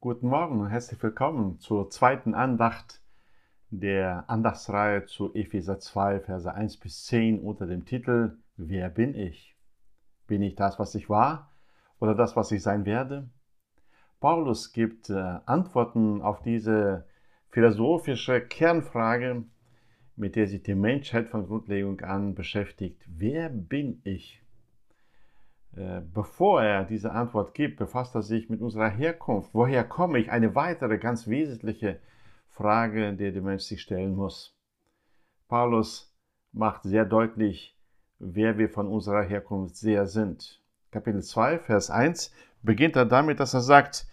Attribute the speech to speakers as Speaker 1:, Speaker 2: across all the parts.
Speaker 1: Guten Morgen und herzlich willkommen zur zweiten Andacht der Andachtsreihe zu Epheser 2, Verse 1 bis 10 unter dem Titel Wer bin ich? Bin ich das, was ich war oder das, was ich sein werde? Paulus gibt Antworten auf diese philosophische Kernfrage, mit der sich die Menschheit von Grundlegung an beschäftigt. Wer bin ich? Bevor er diese Antwort gibt, befasst er sich mit unserer Herkunft. Woher komme ich? Eine weitere ganz wesentliche Frage, die der Mensch sich stellen muss. Paulus macht sehr deutlich, wer wir von unserer Herkunft sehr sind. Kapitel 2, Vers 1 beginnt er damit, dass er sagt,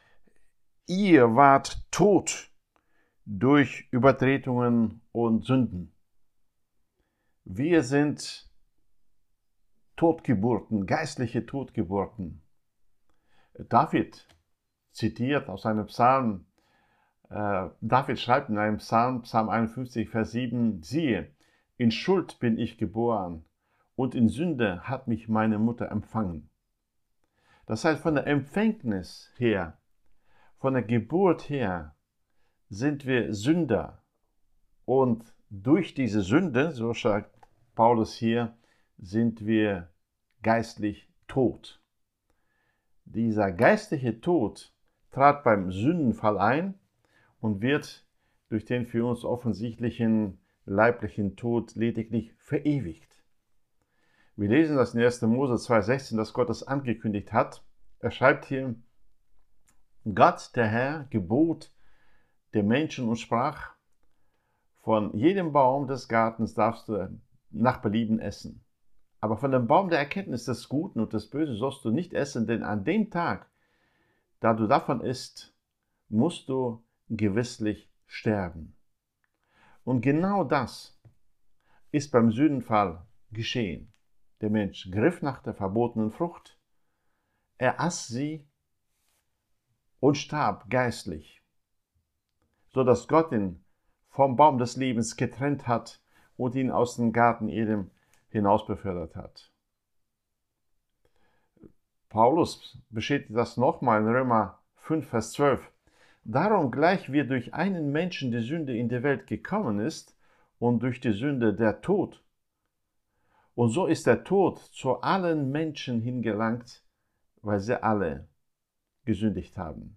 Speaker 1: ihr wart tot durch Übertretungen und Sünden. Wir sind Totgeburten, geistliche Totgeburten. David zitiert aus einem Psalm, David schreibt in einem Psalm, Psalm 51, Vers 7, siehe, in Schuld bin ich geboren und in Sünde hat mich meine Mutter empfangen. Das heißt, von der Empfängnis her, von der Geburt her sind wir Sünder. Und durch diese Sünde, so sagt Paulus hier, sind wir geistlich tot. Dieser geistliche Tod trat beim Sündenfall ein und wird durch den für uns offensichtlichen leiblichen Tod lediglich verewigt. Wir lesen das in 1. Mose 2,16, dass Gott es angekündigt hat. Er schreibt hier, Gott, der Herr, gebot dem Menschen und sprach, von jedem Baum des Gartens darfst du nach Belieben essen. Aber von dem Baum der Erkenntnis des Guten und des Bösen sollst du nicht essen, denn an dem Tag, da du davon isst, musst du gewisslich sterben. Und genau das ist beim Sündenfall geschehen. Der Mensch griff nach der verbotenen Frucht, er aß sie und starb geistlich, so dass Gott ihn vom Baum des Lebens getrennt hat und ihn aus dem Garten Eden hinaus befördert hat. Paulus bestätigt das nochmal in Römer 5, Vers 12. Darum, gleich wie durch einen Menschen die Sünde in die Welt gekommen ist und durch die Sünde der Tod. Und so ist der Tod zu allen Menschen hingelangt, weil sie alle gesündigt haben.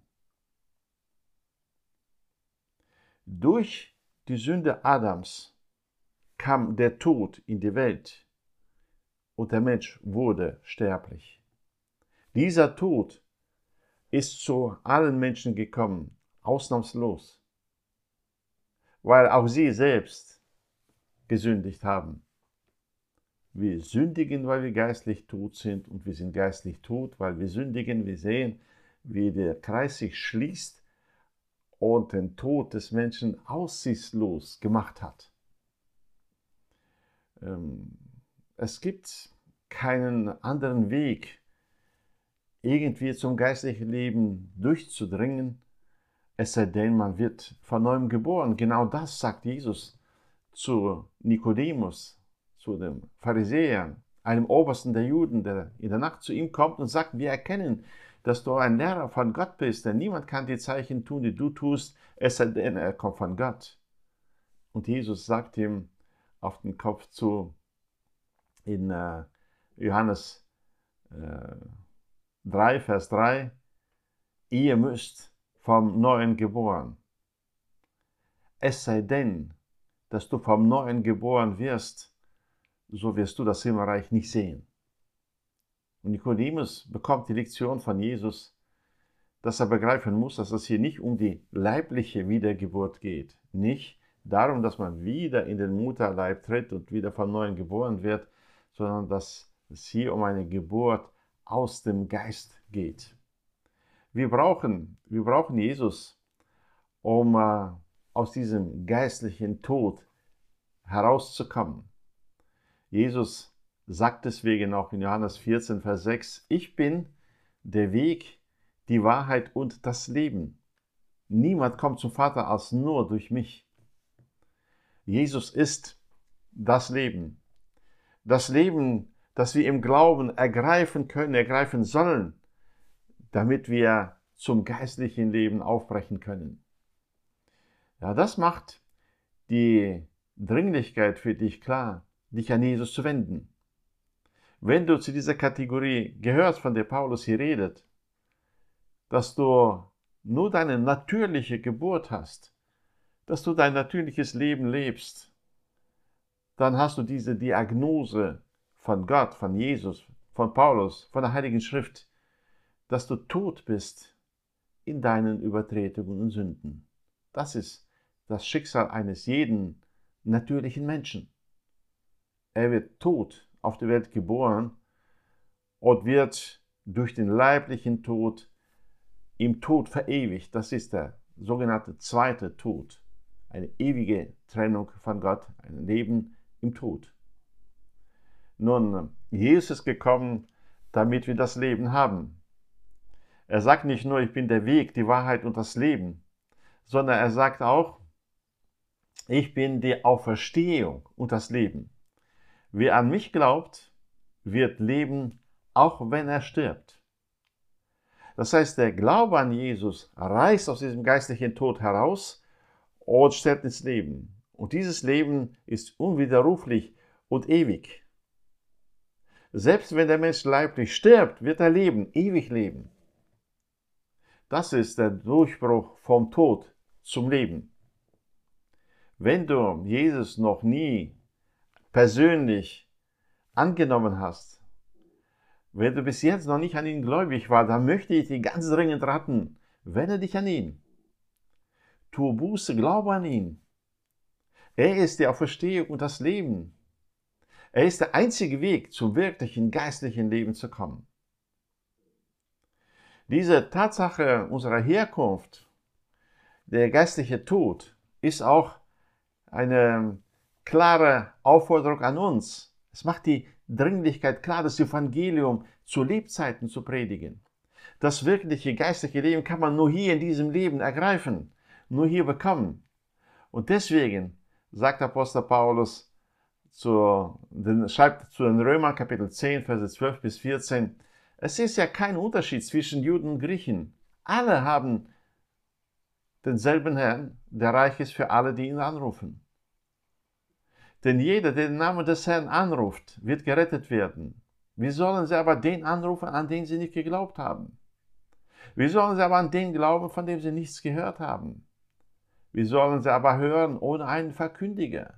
Speaker 1: Durch die Sünde Adams kam der Tod in die Welt und der Mensch wurde sterblich. Dieser Tod ist zu allen Menschen gekommen, ausnahmslos, weil auch sie selbst gesündigt haben. Wir sündigen, weil wir geistlich tot sind und wir sind geistlich tot, weil wir sündigen. Wir sehen, wie der Kreis sich schließt und den Tod des Menschen aussichtslos gemacht hat. Es gibt keinen anderen Weg, irgendwie zum geistlichen Leben durchzudringen, es sei denn, man wird von neuem geboren. Genau das sagt Jesus zu Nikodemus, zu dem Pharisäer, einem Obersten der Juden, der in der Nacht zu ihm kommt und sagt, wir erkennen, dass du ein Lehrer von Gott bist, denn niemand kann die Zeichen tun, die du tust, es sei denn, er kommt von Gott. Und Jesus sagt ihm auf den Kopf zu, in Johannes 3, Vers 3, ihr müsst vom Neuen geboren. Es sei denn, dass du vom Neuen geboren wirst, so wirst du das Himmelreich nicht sehen. Und Nikodemus bekommt die Lektion von Jesus, dass er begreifen muss, dass es hier nicht um die leibliche Wiedergeburt geht. Nicht darum, dass man wieder in den Mutterleib tritt und wieder von Neuem geboren wird, sondern dass es hier um eine Geburt aus dem Geist geht. Wir brauchen Jesus, um aus diesem geistlichen Tod herauszukommen. Jesus sagt deswegen auch in Johannes 14, Vers 6, ich bin der Weg, die Wahrheit und das Leben. Niemand kommt zum Vater als nur durch mich. Jesus ist das Leben. Das Leben, das wir im Glauben ergreifen können, ergreifen sollen, damit wir zum geistlichen Leben aufbrechen können. Ja, das macht die Dringlichkeit für dich klar, dich an Jesus zu wenden. Wenn du zu dieser Kategorie gehörst, von der Paulus hier redet, dass du nur deine natürliche Geburt hast, dass du dein natürliches Leben lebst, dann hast du diese Diagnose von Gott, von Jesus, von Paulus, von der Heiligen Schrift, dass du tot bist in deinen Übertretungen und Sünden. Das ist das Schicksal eines jeden natürlichen Menschen. Er wird tot auf die Welt geboren und wird durch den leiblichen Tod im Tod verewigt. Das ist der sogenannte zweite Tod. Eine ewige Trennung von Gott, ein Leben im Tod. Nun, Jesus ist gekommen, damit wir das Leben haben. Er sagt nicht nur, ich bin der Weg, die Wahrheit und das Leben, sondern er sagt auch, ich bin die Auferstehung und das Leben. Wer an mich glaubt, wird leben, auch wenn er stirbt. Das heißt, der Glaube an Jesus reißt aus diesem geistlichen Tod heraus und stellt ins Leben. Und dieses Leben ist unwiderruflich und ewig. Selbst wenn der Mensch leiblich stirbt, wird er leben, ewig leben. Das ist der Durchbruch vom Tod zum Leben. Wenn du Jesus noch nie persönlich angenommen hast, wenn du bis jetzt noch nicht an ihn gläubig warst, dann möchte ich dich ganz dringend raten, wende dich an ihn. Tue Buße, glaube an ihn. Er ist die Auferstehung und das Leben. Er ist der einzige Weg, zum wirklichen geistlichen Leben zu kommen. Diese Tatsache unserer Herkunft, der geistliche Tod, ist auch eine klare Aufforderung an uns. Es macht die Dringlichkeit klar, das Evangelium zu Lebzeiten zu predigen. Das wirkliche geistliche Leben kann man nur hier in diesem Leben ergreifen, nur hier bekommen. Und deswegen sagt Apostel Paulus, schreibt zu den Römern Kapitel 10, Verse 12 bis 14, es ist ja kein Unterschied zwischen Juden und Griechen. Alle haben denselben Herrn, der reich ist für alle, die ihn anrufen. Denn jeder, der den Namen des Herrn anruft, wird gerettet werden. Wie sollen sie aber den anrufen, an den sie nicht geglaubt haben? Wie sollen sie aber an den glauben, von dem sie nichts gehört haben? Wie sollen sie aber hören ohne einen Verkündiger?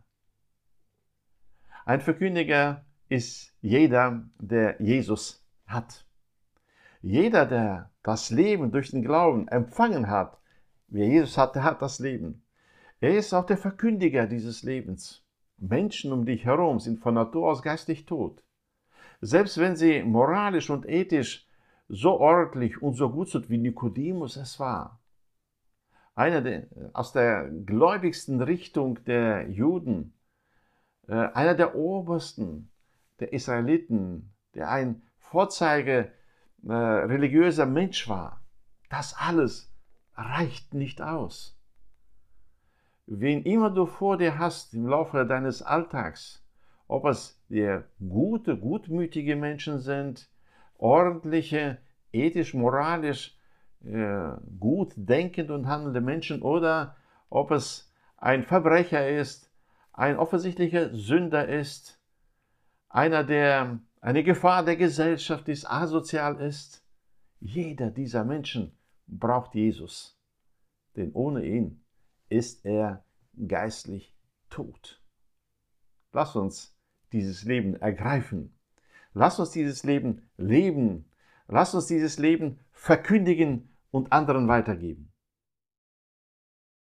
Speaker 1: Ein Verkündiger ist jeder, der Jesus hat. Jeder, der das Leben durch den Glauben empfangen hat, wer Jesus hat, der hat das Leben. Er ist auch der Verkündiger dieses Lebens. Menschen um dich herum sind von Natur aus geistig tot. Selbst wenn sie moralisch und ethisch so ordentlich und so gut sind, wie Nikodemus es war. Einer aus der gläubigsten Richtung der Juden, einer der Obersten der Israeliten, der ein Vorzeige religiöser Mensch war. Das alles reicht nicht aus. Wen immer du vor dir hast im Laufe deines Alltags, ob es dir gute, gutmütige Menschen sind, ordentliche, ethisch, moralisch, gut denkend und handelnde Menschen, oder ob es ein Verbrecher ist, ein offensichtlicher Sünder ist, einer, der eine Gefahr der Gesellschaft ist, asozial ist. Jeder dieser Menschen braucht Jesus, denn ohne ihn ist er geistlich tot. Lass uns dieses Leben ergreifen. Lass uns dieses Leben leben. Lass uns dieses Leben verkündigen und anderen weitergeben.